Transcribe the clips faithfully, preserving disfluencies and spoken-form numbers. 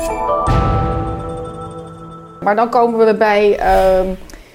Maar dan komen we bij uh,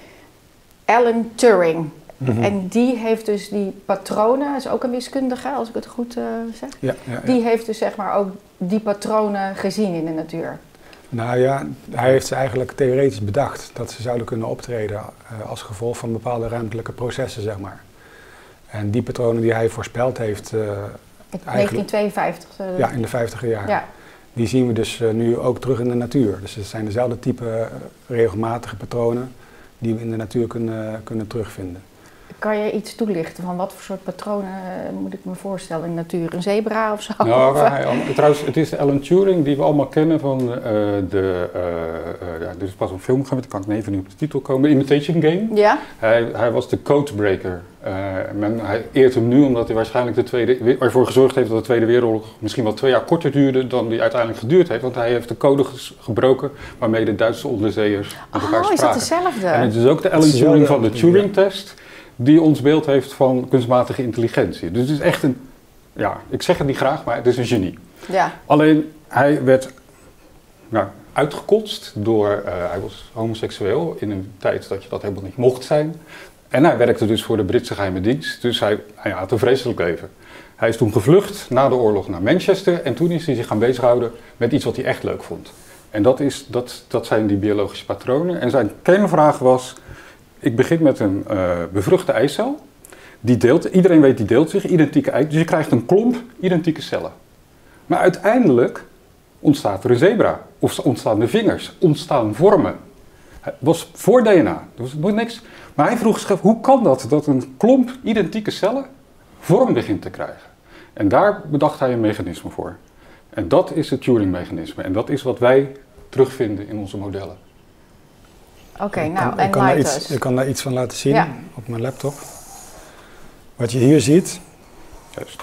Alan Turing. Mm-hmm. En die heeft dus die patronen, is ook een wiskundige als ik het goed uh, zeg. Ja, ja, ja. Die heeft dus zeg maar ook die patronen gezien in de natuur. Nou ja, hij heeft ze eigenlijk theoretisch bedacht dat ze zouden kunnen optreden uh, als gevolg van bepaalde ruimtelijke processen, zeg maar. En die patronen die hij voorspeld heeft... Uh, negentien tweeënvijftig. Uh, ja, in de vijftiger jaren. Ja. Die zien we dus uh, nu ook terug in de natuur. Dus het zijn dezelfde type uh, regelmatige patronen die we in de natuur kunnen, kunnen terugvinden. Kan je iets toelichten van wat voor soort patronen uh, moet ik me voorstellen in de natuur? Een zebra of zo? Nou, hij, trouwens, het is de Alan Turing die we allemaal kennen van uh, de... Uh, uh, ja, er is pas een film geweest, kan ik even niet op de titel komen. Imitation Game. Ja. Hij, hij was de codebreaker. Uh, men, hij eert hem nu omdat hij waarschijnlijk de tweede, ervoor gezorgd heeft dat de Tweede Wereldoorlog misschien wel twee jaar korter duurde dan die uiteindelijk geduurd heeft. Want hij heeft de code ges- gebroken waarmee de Duitse onderzeeërs met elkaar spraken. Oh, is dat dezelfde? En het is ook de Alan Turing van de Turing-test die ons beeld heeft van kunstmatige intelligentie. Dus het is echt een, ja, ik zeg het niet graag, maar het is een genie. Ja. Alleen, hij werd nou, uitgekotst door, uh, hij was homoseksueel in een tijd dat je dat helemaal niet mocht zijn. En hij werkte dus voor de Britse geheime dienst, dus hij, hij had een vreselijk leven. Hij is toen gevlucht na de oorlog naar Manchester en toen is hij zich gaan bezighouden met iets wat hij echt leuk vond. En dat, is, dat, dat zijn die biologische patronen. En zijn kernvraag was, ik begin met een uh, bevruchte eicel. Die deelt, iedereen weet die deelt zich, identieke ei. Dus je krijgt een klomp identieke cellen. Maar uiteindelijk ontstaat er een zebra. Of ontstaan de vingers, ontstaan vormen. Het was voor D N A, er was nog niks. Maar hij vroeg zich, hoe kan dat, dat een klomp identieke cellen vorm begint te krijgen? En daar bedacht hij een mechanisme voor. En dat is het Turing-mechanisme. En dat is wat wij terugvinden in onze modellen. Oké, okay, nou, en kan iets, ik kan daar iets van laten zien ja. op mijn laptop. Wat je hier ziet, Juist.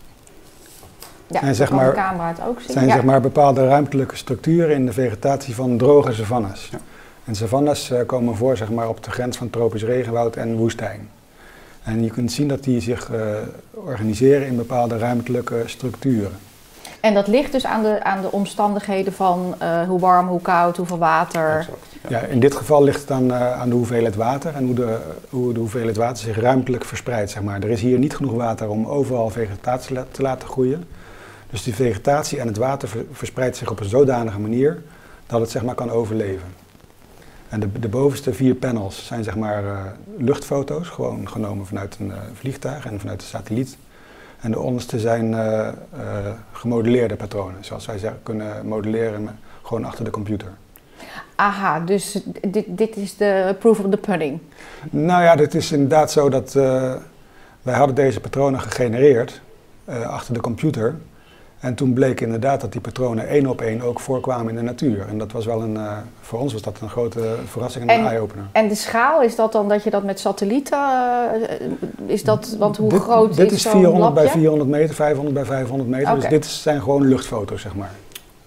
Ja, zijn, zeg maar, de camera het ook zien. zijn ja. zeg maar bepaalde ruimtelijke structuren in de vegetatie van droge savannes. Ja. En savannes uh, komen voor zeg maar, op de grens van tropisch regenwoud en woestijn. En je kunt zien dat die zich uh, organiseren in bepaalde ruimtelijke structuren. En dat ligt dus aan de, aan de omstandigheden van uh, hoe warm, hoe koud, hoeveel water. Exact, ja. Ja, in dit geval ligt het dan uh, aan de hoeveelheid water en hoe de, hoe de hoeveelheid water zich ruimtelijk verspreidt. Zeg maar. Er is hier niet genoeg water om overal vegetatie te laten groeien. Dus die vegetatie en het water ver, verspreidt zich op een zodanige manier dat het zeg maar, kan overleven. En de, de bovenste vier panels zijn zeg maar, uh, luchtfoto's, gewoon genomen vanuit een uh, vliegtuig en vanuit een satelliet. En de onderste zijn uh, uh, gemodelleerde patronen, zoals wij zeggen, kunnen modelleren met, gewoon achter de computer. Aha, dus dit, dit is de proof of the pudding? Nou ja, het is inderdaad zo dat uh, wij hadden deze patronen gegenereerd uh, achter de computer. En toen bleek inderdaad dat die patronen één op één ook voorkwamen in de natuur. En dat was wel een, uh, voor ons was dat een grote verrassing en een eye-opener. En de schaal, is dat dan dat je dat met satellieten, uh, is dat, want hoe dit, groot dit is zo'n Dit is vierhonderd lapje? bij vierhonderd meter, vijfhonderd bij vijfhonderd meter. Okay. Dus dit zijn gewoon luchtfoto's, zeg maar.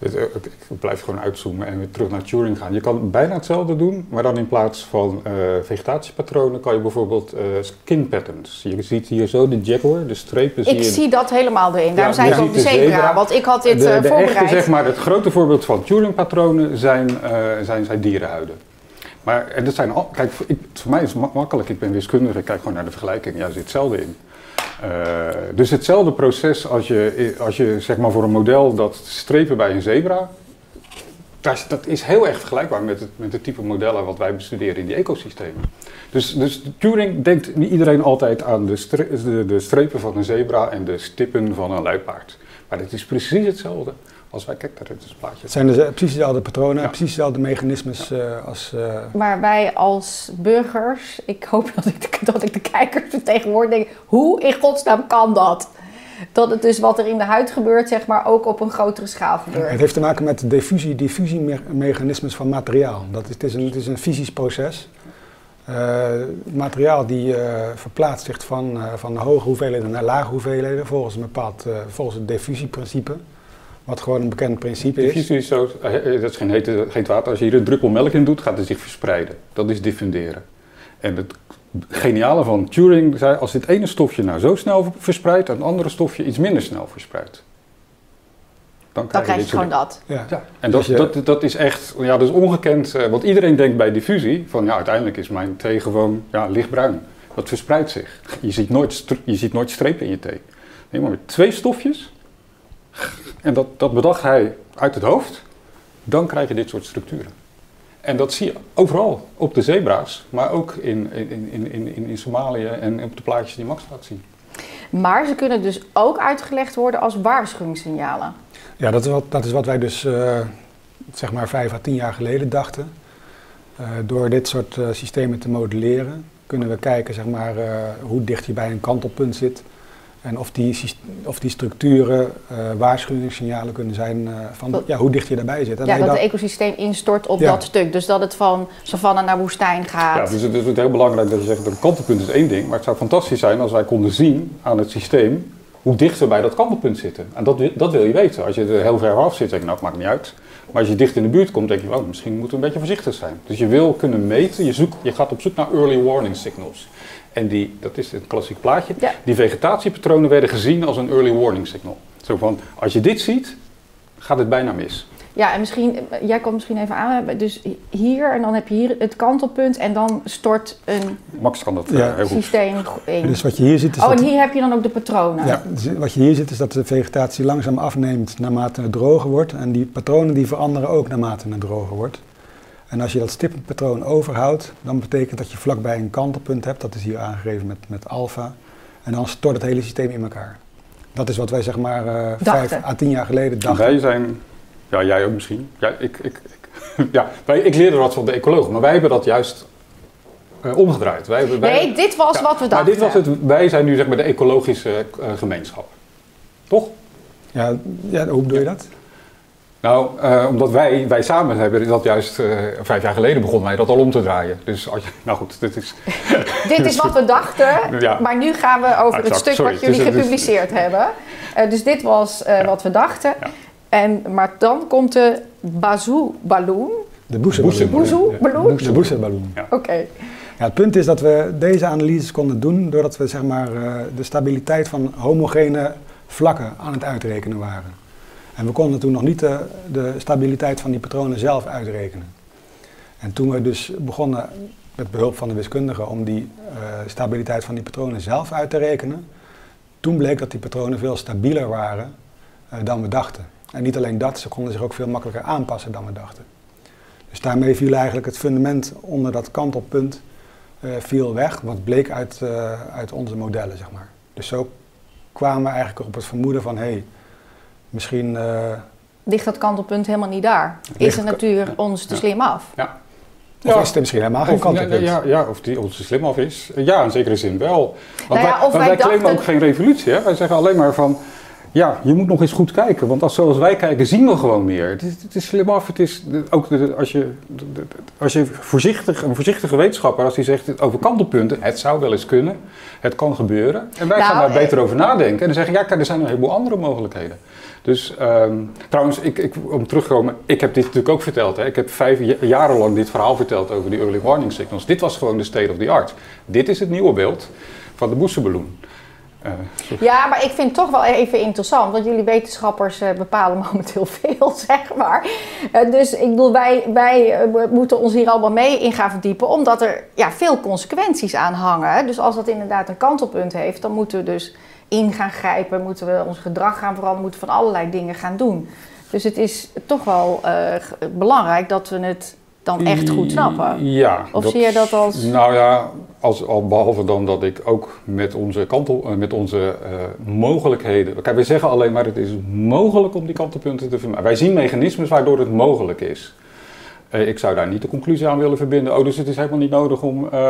Ik blijf gewoon uitzoomen en weer terug naar Turing gaan. Je kan bijna hetzelfde doen, maar dan in plaats van uh, vegetatiepatronen kan je bijvoorbeeld uh, skin patterns. Je ziet hier zo de jaguar, de strepen zie ik je. Ik zie dat helemaal erin, daarom ja, zei ik ook de zebra, zebra, want ik had dit de, uh, de voorbereid. Echte, zeg maar, het grote voorbeeld van Turing-patronen zijn, uh, zijn, zijn dierenhuiden. Maar en dat zijn al, kijk, ik, voor mij is het makkelijk, ik ben wiskundige, ik kijk gewoon naar de vergelijking, ja, er zit hetzelfde in. Uh, dus hetzelfde proces als je, als je zeg maar voor een model dat strepen bij een zebra, dat, dat is heel erg vergelijkbaar met het, met het type modellen wat wij bestuderen in die ecosystemen. Dus, dus Turing denkt niet iedereen altijd aan de, stre, de, de strepen van een zebra en de stippen van een luipaard. Maar het is precies hetzelfde als wij kijken naar het plaatje. Het zijn dus precies dezelfde patronen, ja. precies dezelfde mechanismes ja. uh, als... Uh... Maar wij als burgers, ik hoop dat ik de, dat ik de kijkers vertegenwoordig denk, hoe in godsnaam kan dat? Dat het dus wat er in de huid gebeurt, zeg maar, ook op een grotere schaal gebeurt. Ja, het heeft te maken met de diffusie, diffusiemechanismes van materiaal. Dat is, het, is een, het is een fysisch proces. Uh, materiaal die uh, verplaatst zich van, uh, van hoge hoeveelheden naar lage hoeveelheden volgens een bepaald, uh, volgens het diffusieprincipe. Wat gewoon een bekend principe is. Diffusie is zo, dat is geen heet water. Als je hier een druppel melk in doet, gaat het zich verspreiden. Dat is diffunderen. En het geniale van Turing zei, als dit ene stofje nou zo snel verspreidt, en het andere stofje iets minder snel verspreidt. dan krijg, dan je, krijg je gewoon dingen. dat. Ja. Ja. En dat, Dus je, dat, dat is echt, ja, dat is ongekend. Uh, want iedereen denkt bij diffusie van, ja, uiteindelijk is mijn thee gewoon ja, lichtbruin. Dat verspreidt zich. Je ziet nooit, je ziet nooit strepen in je thee. Nee, maar met twee stofjes, en dat, dat bedacht hij uit het hoofd, dan krijg je dit soort structuren. En dat zie je overal, op de zebra's, maar ook in, in, in, in, in, in Somalië en op de plaatjes die Max laat zien. Maar ze kunnen dus ook uitgelegd worden als waarschuwingssignalen. ja, dat is wat, dat is wat wij dus uh, zeg maar vijf à tien jaar geleden dachten. Uh, door dit soort uh, systemen te modelleren kunnen we kijken zeg maar, uh, hoe dicht je bij een kantelpunt zit. En of die, of die structuren uh, waarschuwingssignalen kunnen zijn uh, van ja, hoe dicht je daarbij zit. En ja, dat dat het ecosysteem instort op ja. dat stuk. Dus dat het van savanne naar woestijn gaat. Ja, dus het is heel belangrijk dat je zegt dat een kantelpunt is één ding. Maar het zou fantastisch zijn als wij konden zien aan het systeem hoe dicht we bij dat kantelpunt zitten. En dat, dat wil je weten. Als je er heel ver af zit, denk je nou, het maakt niet uit. Maar als je dicht in de buurt komt, denk je, oh, misschien moeten we een beetje voorzichtig zijn. Dus je wil kunnen meten, je, zoekt, je gaat op zoek naar early warning signals. En die, dat is het klassiek plaatje, ja. die vegetatiepatronen werden gezien als een early warning signal. Zo van, als je dit ziet, gaat het bijna mis. Ja, en misschien, jij kan misschien even aan, dus hier en dan heb je hier het kantelpunt en dan stort een Max kan dat ja. uh, heel goed. systeem in. Dus wat je hier ziet is oh, en dat, hier heb je dan ook de patronen. ja, dus wat je hier ziet is dat de vegetatie langzaam afneemt naarmate het droger wordt. En die patronen die veranderen ook naarmate het droger wordt. En als je dat stippenpatroon overhoudt, dan betekent dat je vlakbij een kantelpunt hebt. Dat is hier aangegeven met, met alfa. En dan stort het hele systeem in elkaar. Dat is wat wij zeg maar uh, vijf à tien jaar geleden dachten. Wij zijn, ja jij ook misschien, ja, ik, ik, ik, ja, wij, ik leerde wat van de ecologen, maar wij hebben dat juist uh, omgedraaid. Wij, wij, nee, dit was ja, wat we dachten. Maar dit was het, wij zijn nu zeg maar de ecologische uh, gemeenschap. Toch? Ja, ja, hoe bedoel je dat? Nou, uh, omdat wij, wij samen hebben dat juist uh, vijf jaar geleden begonnen wij dat al om te draaien. Dus als je, nou goed, dit is... dit is wat we dachten, ja. Maar nu gaan we over ah, het exact, stuk sorry. wat jullie dus, gepubliceerd dus, hebben. Uh, dus dit was uh, ja. wat we dachten. Ja. En, maar dan komt de Bazoo-balloon. De Boeser-balloon. Boezer-balloon? De Boeser-balloon. Ja. Oké. Okay. Ja, het punt is dat we deze analyses konden doen doordat we zeg maar, uh, de stabiliteit van homogene vlakken aan het uitrekenen waren. En we konden toen nog niet de, de stabiliteit van die patronen zelf uitrekenen. En toen we dus begonnen met behulp van de wiskundigen om die uh, stabiliteit van die patronen zelf uit te rekenen, toen bleek dat die patronen veel stabieler waren uh, dan we dachten. En niet alleen dat, ze konden zich ook veel makkelijker aanpassen dan we dachten. Dus daarmee viel eigenlijk het fundament onder dat kantelpunt uh, viel weg, wat bleek uit, uh, uit onze modellen, zeg maar. Dus zo kwamen we eigenlijk op het vermoeden van, hé, hey, misschien... Uh, ligt dat kantelpunt helemaal niet daar? Is de natuur ja. ons te ja. slim af? Ja. Of ja. is het misschien helemaal geen of, kantelpunt? Ja, ja, of die ons te slim af is. Ja, in zekere zin wel. Want nou ja, wij, of wij, wij dachten... claimen ook geen revolutie. Hè? Wij zeggen alleen maar van... Ja, je moet nog eens goed kijken, want als zoals wij kijken zien we gewoon meer. Het is, het is slim af, het is ook de, als je, de, als je voorzichtig, een voorzichtige wetenschapper, als hij zegt over kantelpunten, het zou wel eens kunnen, het kan gebeuren. En wij nou, gaan daar eh, beter over nadenken en dan zeggen, ja kijk, er zijn een heleboel andere mogelijkheden. Dus um, trouwens, ik, ik, om terug te komen, ik heb dit natuurlijk ook verteld. Hè. Ik heb vijf jaren lang dit verhaal verteld over die early warning signals. Dit was gewoon de state of the art. Dit is het nieuwe beeld van de Boeser-balloon. Uh, ja, maar ik vind het toch wel even interessant, want jullie wetenschappers uh, bepalen momenteel veel, zeg maar. Uh, dus ik bedoel, wij, wij uh, moeten ons hier allemaal mee in gaan verdiepen, omdat er ja, veel consequenties aan hangen. Dus als dat inderdaad een kantelpunt heeft, dan moeten we dus in gaan grijpen, moeten we ons gedrag gaan veranderen, moeten we van allerlei dingen gaan doen. Dus het is toch wel uh, belangrijk dat we het dan echt goed snappen. Ja. Of dat, zie je dat als... Nou ja, als, al behalve dan dat ik ook met onze, kantel, met onze uh, mogelijkheden... Kijk, wij zeggen alleen maar het is mogelijk om die kantelpunten te vermijden. Wij zien mechanismes waardoor het mogelijk is. Uh, ik zou daar niet de conclusie aan willen verbinden. Oh, dus het is helemaal niet nodig om uh,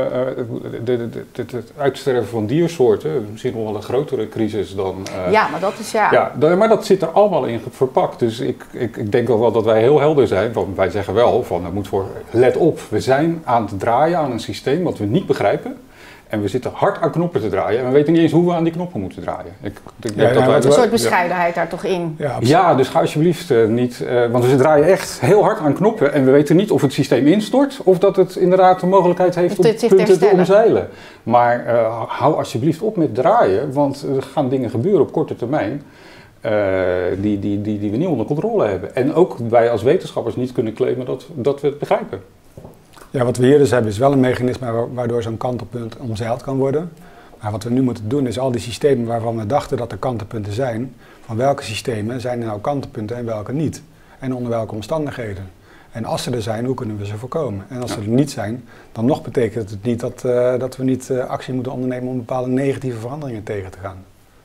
de, de, de, de, het uitsterven van diersoorten, misschien nog wel een grotere crisis dan... Uh, ja, maar dat is ja... ja d- maar dat zit er allemaal in verpakt. Dus ik, ik, ik denk wel dat wij heel helder zijn. Want wij zeggen wel, van, er moet voor, let op, we zijn aan het draaien aan een systeem wat we niet begrijpen. En we zitten hard aan knoppen te draaien en we weten niet eens hoe we aan die knoppen moeten draaien. Ik, ik denk ja, dat wij, een soort bescheidenheid ja. daar toch in. Ja, ja, dus ga alsjeblieft uh, niet... Uh, want we draaien echt heel hard aan knoppen en we weten niet of het systeem instort of dat het inderdaad de mogelijkheid heeft om punten te omzeilen. Maar uh, hou alsjeblieft op met draaien, want er gaan dingen gebeuren op korte termijn uh, die, die, die, die we niet onder controle hebben. En ook wij als wetenschappers niet kunnen claimen dat, dat we het begrijpen. Ja, wat we hier dus hebben is wel een mechanisme waardoor zo'n kantelpunt omzeild kan worden. Maar wat we nu moeten doen is al die systemen waarvan we dachten dat er kantelpunten zijn, van welke systemen zijn er nou kantelpunten en welke niet? En onder welke omstandigheden? En als ze er zijn, hoe kunnen we ze voorkomen? En als ja. ze er niet zijn, dan nog betekent het niet dat, uh, dat we niet uh, actie moeten ondernemen om bepaalde negatieve veranderingen tegen te gaan.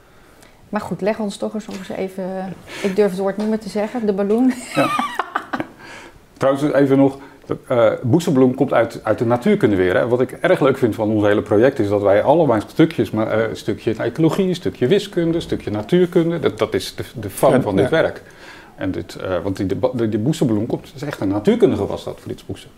Maar goed, leg ons toch eens, eens even, ik durf het woord niet meer te zeggen, de ballon. Ja. Ja. Trouwens, even nog. Uh, boezembloem komt uit, uit de natuurkunde weer. Hè. Wat ik erg leuk vind van ons hele project is dat wij allemaal stukjes, maar, uh, een stukje ecologie, een stukje wiskunde, een stukje natuurkunde, dat, dat is de, de fun ja, van dit ja. werk. En dit, uh, want die, die, die boezembloem komt, is echt een natuurkundige was dat, Frits Boese.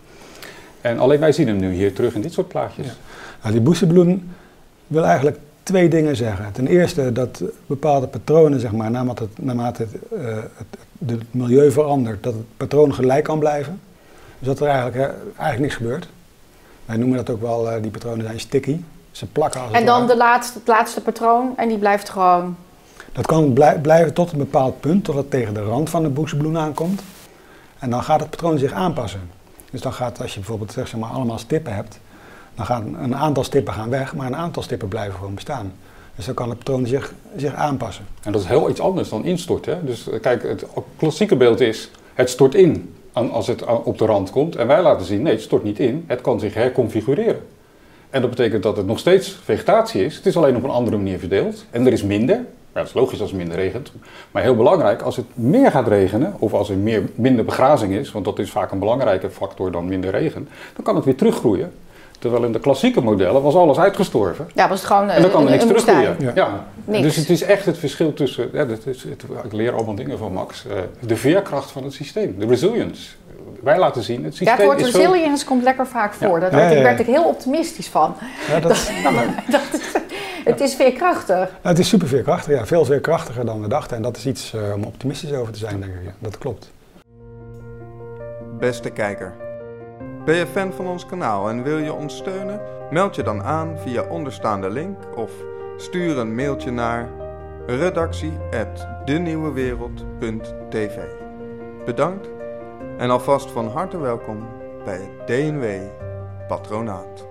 En alleen wij zien hem nu hier terug in dit soort plaatjes. Ja. Nou, die boezembloem wil eigenlijk twee dingen zeggen. Ten eerste dat bepaalde patronen, zeg maar, naarmate het, naarmate het, uh, het, het milieu verandert, dat het patroon gelijk kan blijven. Dus dat er eigenlijk, uh, eigenlijk niks gebeurt. Wij noemen dat ook wel, uh, die patronen zijn sticky. Ze plakken als en dan de laatste, het laatste patroon en die blijft gewoon... Dat kan blij, blijven tot een bepaald punt, tot het tegen de rand van de boezembloem aankomt. En dan gaat het patroon zich aanpassen. Dus dan gaat, als je bijvoorbeeld zeg maar, allemaal stippen hebt, dan gaan een aantal stippen gaan weg, maar een aantal stippen blijven gewoon bestaan. Dus dan kan het patroon zich, zich aanpassen. En dat is heel iets anders dan instorten. Hè? Dus kijk, het klassieke beeld is, het stort in als het op de rand komt. En wij laten zien, nee, het stort niet in, het kan zich herconfigureren. En dat betekent dat het nog steeds vegetatie is, het is alleen op een andere manier verdeeld. En er is minder, ja, dat is logisch als het minder regent. Maar heel belangrijk, als het meer gaat regenen, of als er meer, minder begrazing is, want dat is vaak een belangrijke factor dan minder regen, dan kan het weer teruggroeien. Terwijl in de klassieke modellen was alles uitgestorven. Ja, was het gewoon en dan kan er niks teruggroeien. Ja. Ja. Niks. Dus het is echt het verschil tussen, ja, dat is, het, ik leer allemaal dingen van Max, uh, de veerkracht van het systeem, de resilience. Wij laten zien, het systeem ja, het woord is resilience zo... komt lekker vaak voor. Ja. Daar ja, ja, ja. werd ik heel optimistisch van. Ja, dat, dat, dat is, het is veerkrachtig. Ja, het is super veerkrachtig, ja, veel veerkrachtiger dan we dachten. En dat is iets uh, om optimistisch over te zijn, denk ik. Ja, dat klopt. Beste kijker, ben je fan van ons kanaal en wil je ons steunen? Meld je dan aan via onderstaande link of stuur een mailtje naar redactie at denieuwewereld punt t v. Bedankt en alvast van harte welkom bij het D N W Patronaat.